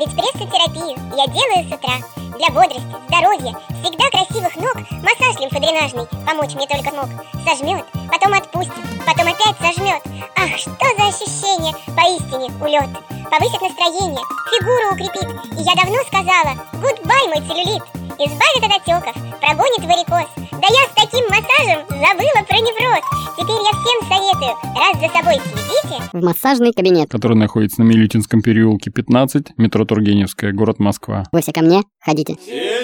Ведь прессотерапию я делаю с утра. Для бодрости, здоровья, всегда красивых ног массаж лимфодренажный помочь мне только смог. Сожмет, потом отпустит, потом опять сожмет. Ах, что за ощущение, поистине улет. Повысит настроение, фигуру укрепит. И я давно сказала, гудбай, мой целлюлит. Избавит от отеков, прогонит варикоз. Да я с таким массажем забыла про невроз. Теперь я всем советую, раз за собой следите, в массажный кабинет, который находится на Милютинском переулке 15, метро Тургеневская, город Москва. Вы все ко мне ходите.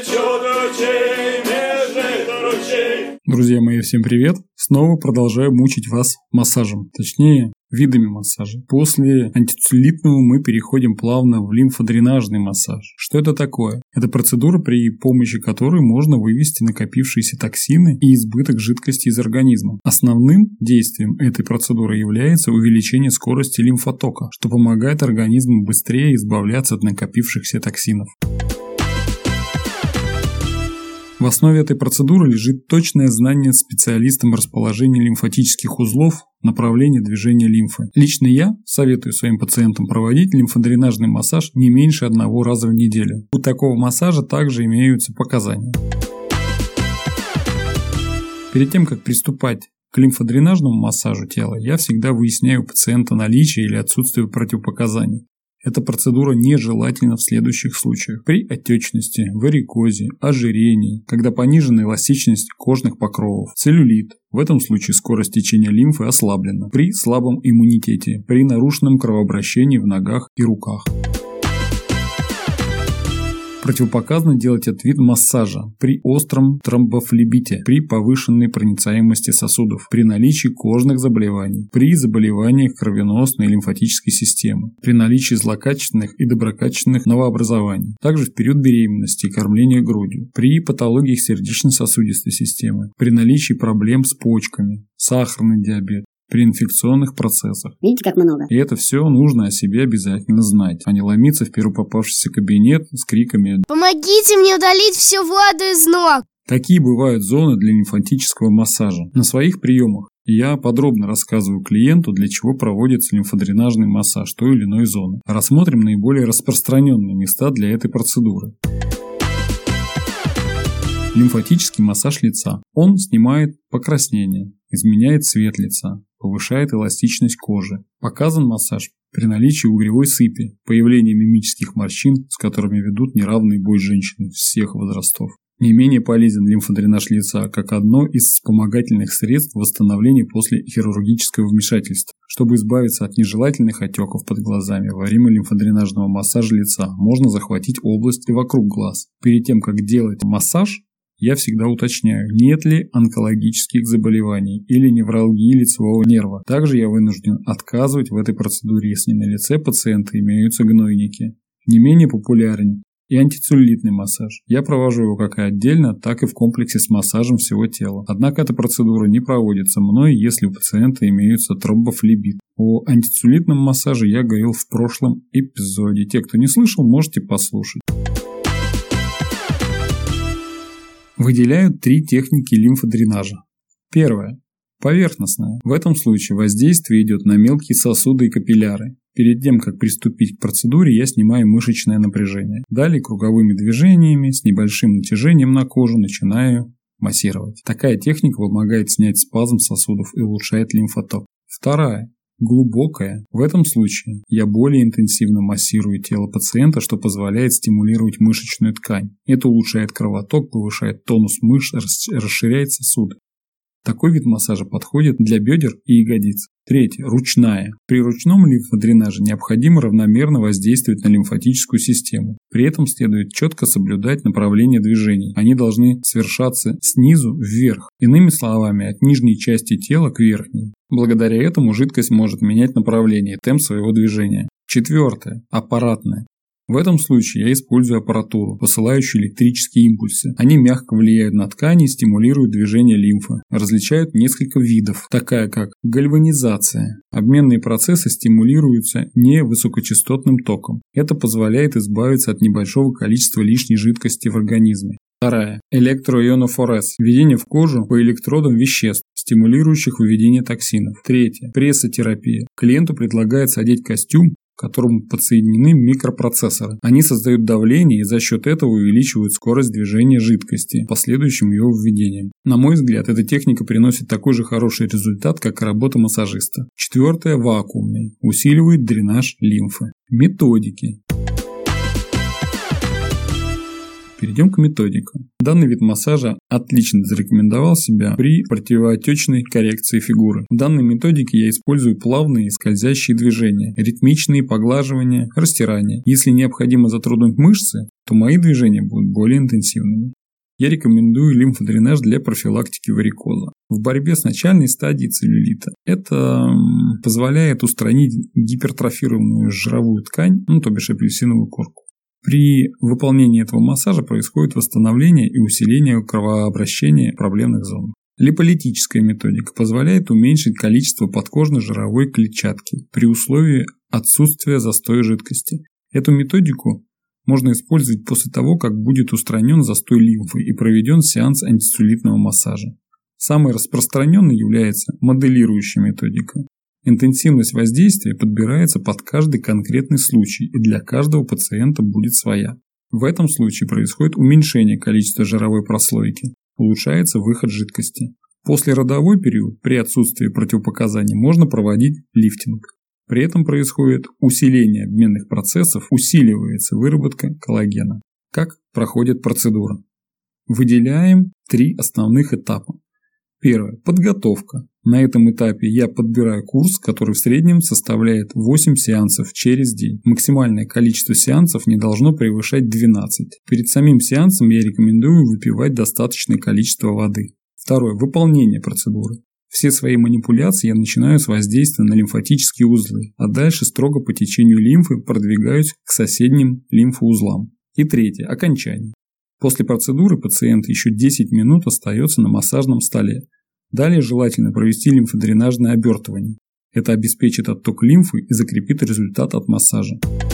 Друзья мои, всем привет! Снова продолжаю мучить вас массажем, точнее, видами массажа. После антицеллюлитного мы переходим плавно в лимфодренажный массаж. Что это такое? Это процедура, при помощи которой можно вывести накопившиеся токсины и избыток жидкости из организма. Основным действием этой процедуры является увеличение скорости лимфотока, что помогает организму быстрее избавляться от накопившихся токсинов. В основе этой процедуры лежит точное знание специалистам расположения лимфатических узлов, направления движения лимфы. Лично я советую своим пациентам проводить лимфодренажный массаж не меньше 1 раза в неделю. У такого массажа также имеются показания. Перед тем, как приступать к лимфодренажному массажу тела, я всегда выясняю у пациента наличие или отсутствие противопоказаний. Эта процедура нежелательна в следующих случаях: при отечности, варикозе, ожирении, когда понижена эластичность кожных покровов, целлюлит. В этом случае скорость течения лимфы ослаблена, при слабом иммунитете, при нарушенном кровообращении в ногах и руках. Противопоказано делать этот вид массажа при остром тромбофлебите, при повышенной проницаемости сосудов, при наличии кожных заболеваний, при заболеваниях кровеносной и лимфатической системы, при наличии злокачественных и доброкачественных новообразований, также в период беременности и кормления грудью, при патологиях сердечно-сосудистой системы, при наличии проблем с почками, сахарный диабет, при инфекционных процессах. Видите, как много? И это все нужно о себе обязательно знать, а не ломиться в первый попавшийся кабинет с криками «Помогите мне удалить всю воду из ног!». Какие бывают зоны для лимфатического массажа? На своих приемах я подробно рассказываю клиенту, для чего проводится лимфодренажный массаж той или иной зоны. Рассмотрим наиболее распространенные места для этой процедуры. Лимфатический массаж лица. Он снимает покраснение, изменяет цвет лица, повышает эластичность кожи. Показан массаж при наличии угревой сыпи, появлении мимических морщин, с которыми ведут неравный бой женщины всех возрастов. Не менее полезен лимфодренаж лица как одно из вспомогательных средств восстановления после хирургического вмешательства. Чтобы избавиться от нежелательных отеков под глазами, во время лимфодренажного массажа лица можно захватить области вокруг глаз. Перед тем, как делать массаж, я всегда уточняю, нет ли онкологических заболеваний или невралгии лицевого нерва. Также я вынужден отказывать в этой процедуре, если на лице пациента имеются гнойники. Не менее популярен и антицеллюлитный массаж. Я провожу его как и отдельно, так и в комплексе с массажем всего тела. Однако эта процедура не проводится мной, если у пациента имеются тромбофлебит. О антицеллюлитном массаже я говорил в прошлом эпизоде. Те, кто не слышал, можете послушать. Выделяют 3 техники лимфодренажа. Первая. Поверхностная. В этом случае воздействие идет на мелкие сосуды и капилляры. Перед тем, как приступить к процедуре, я снимаю мышечное напряжение. Далее круговыми движениями с небольшим натяжением на кожу начинаю массировать. Такая техника помогает снять спазм сосудов и улучшает лимфоток. Вторая. Глубокая. В этом случае я более интенсивно массирую тело пациента, что позволяет стимулировать мышечную ткань. Это улучшает кровоток, повышает тонус мышц, расширяет сосуды. Такой вид массажа подходит для бедер и ягодиц. Третье. Ручная. При ручном лимфодренаже необходимо равномерно воздействовать на лимфатическую систему. При этом следует четко соблюдать направление движений. Они должны совершаться снизу вверх. Иными словами, от нижней части тела к верхней. Благодаря этому жидкость может менять направление и темп своего движения. Четвертое. Аппаратная. В этом случае я использую аппаратуру, посылающую электрические импульсы. Они мягко влияют на ткани и стимулируют движение лимфы. Различают несколько видов, такая как гальванизация. Обменные процессы стимулируются невысокочастотным током. Это позволяет избавиться от небольшого количества лишней жидкости в организме. Вторая. Электроионофорез. Введение в кожу по электродам веществ, стимулирующих выведение токсинов. Третье. Прессотерапия. Клиенту предлагается одеть костюм, к которому подсоединены микропроцессоры. Они создают давление и за счет этого увеличивают скорость движения жидкости последующим ее введением. На мой взгляд, эта техника приносит такой же хороший результат, как и работа массажиста. Четвертое – вакуумный. Усиливает дренаж лимфы. Методики. Перейдем к методикам. Данный вид массажа отлично зарекомендовал себя при противоотечной коррекции фигуры. В данной методике я использую плавные и скользящие движения, ритмичные поглаживания, растирания. Если необходимо затронуть мышцы, то мои движения будут более интенсивными. Я рекомендую лимфодренаж для профилактики варикоза. В борьбе с начальной стадией целлюлита это позволяет устранить гипертрофированную жировую ткань, то бишь апельсиновую корку. При выполнении этого массажа происходит восстановление и усиление кровообращения проблемных зон. Липолитическая методика позволяет уменьшить количество подкожно-жировой клетчатки при условии отсутствия застоя жидкости. Эту методику можно использовать после того, как будет устранен застой лимфы и проведен сеанс антицеллюлитного массажа. Самой распространенной является моделирующая методика. Интенсивность воздействия подбирается под каждый конкретный случай, и для каждого пациента будет своя. В этом случае происходит уменьшение количества жировой прослойки, улучшается выход жидкости. Послеродовой период при отсутствии противопоказаний можно проводить лифтинг. При этом происходит усиление обменных процессов, усиливается выработка коллагена. Как проходит процедура? Выделяем 3 основных этапа. Первое. Подготовка. На этом этапе я подбираю курс, который в среднем составляет 8 сеансов через день. Максимальное количество сеансов не должно превышать 12. Перед самим сеансом я рекомендую выпивать достаточное количество воды. Второе. Выполнение процедуры. Все свои манипуляции я начинаю с воздействия на лимфатические узлы, а дальше строго по течению лимфы продвигаюсь к соседним лимфоузлам. И третье. Окончание. После процедуры пациент еще 10 минут остается на массажном столе. Далее желательно провести лимфодренажное обертывание. Это обеспечит отток лимфы и закрепит результат от массажа.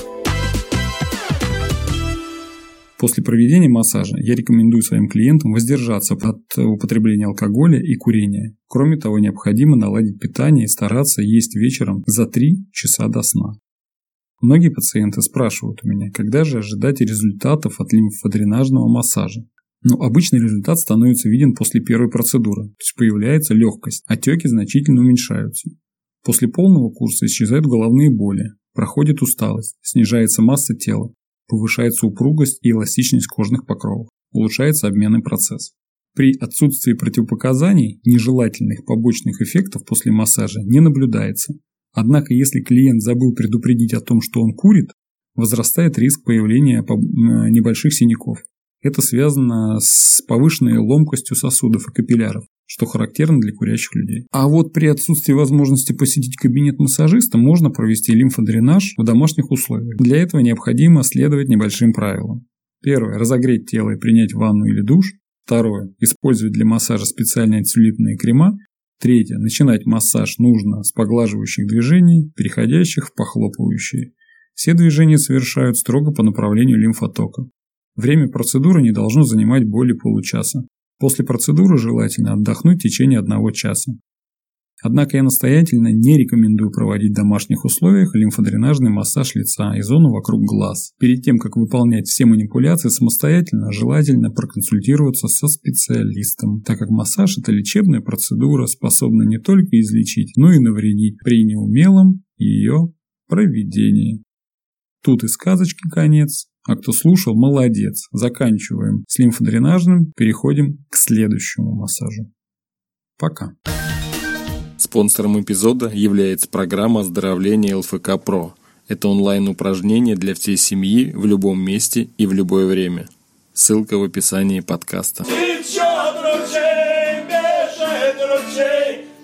После проведения массажа я рекомендую своим клиентам воздержаться от употребления алкоголя и курения. Кроме того, необходимо наладить питание и стараться есть вечером за 3 часа до сна. Многие пациенты спрашивают у меня, когда же ожидать результатов от лимфодренажного массажа. Обычный результат становится виден после первой процедуры, то есть появляется легкость, отеки значительно уменьшаются. После полного курса исчезают головные боли, проходит усталость, снижается масса тела, повышается упругость и эластичность кожных покровов, улучшается обменный процесс. При отсутствии противопоказаний нежелательных побочных эффектов после массажа не наблюдается. Однако, если клиент забыл предупредить о том, что он курит, возрастает риск появления небольших синяков. Это связано с повышенной ломкостью сосудов и капилляров, что характерно для курящих людей. А вот при отсутствии возможности посетить кабинет массажиста можно провести лимфодренаж в домашних условиях. Для этого необходимо следовать небольшим правилам. Первое. Разогреть тело и принять ванну или душ. Второе. Использовать для массажа специальные антицеллюлитные крема. Третье. Начинать массаж нужно с поглаживающих движений, переходящих в похлопывающие. Все движения совершают строго по направлению лимфотока. Время процедуры не должно занимать более получаса. После процедуры желательно отдохнуть в течение 1 часа. Однако я настоятельно не рекомендую проводить в домашних условиях лимфодренажный массаж лица и зону вокруг глаз. Перед тем, как выполнять все манипуляции самостоятельно, желательно проконсультироваться со специалистом, так как массаж – это лечебная процедура, способная не только излечить, но и навредить при неумелом ее проведении. Тут и сказочки конец. А кто слушал, молодец. Заканчиваем с лимфодренажным, переходим к следующему массажу. Пока. Спонсором эпизода является программа оздоровления ЛФК ПРО. Это онлайн-упражнение для всей семьи в любом месте и в любое время. Ссылка в описании подкаста.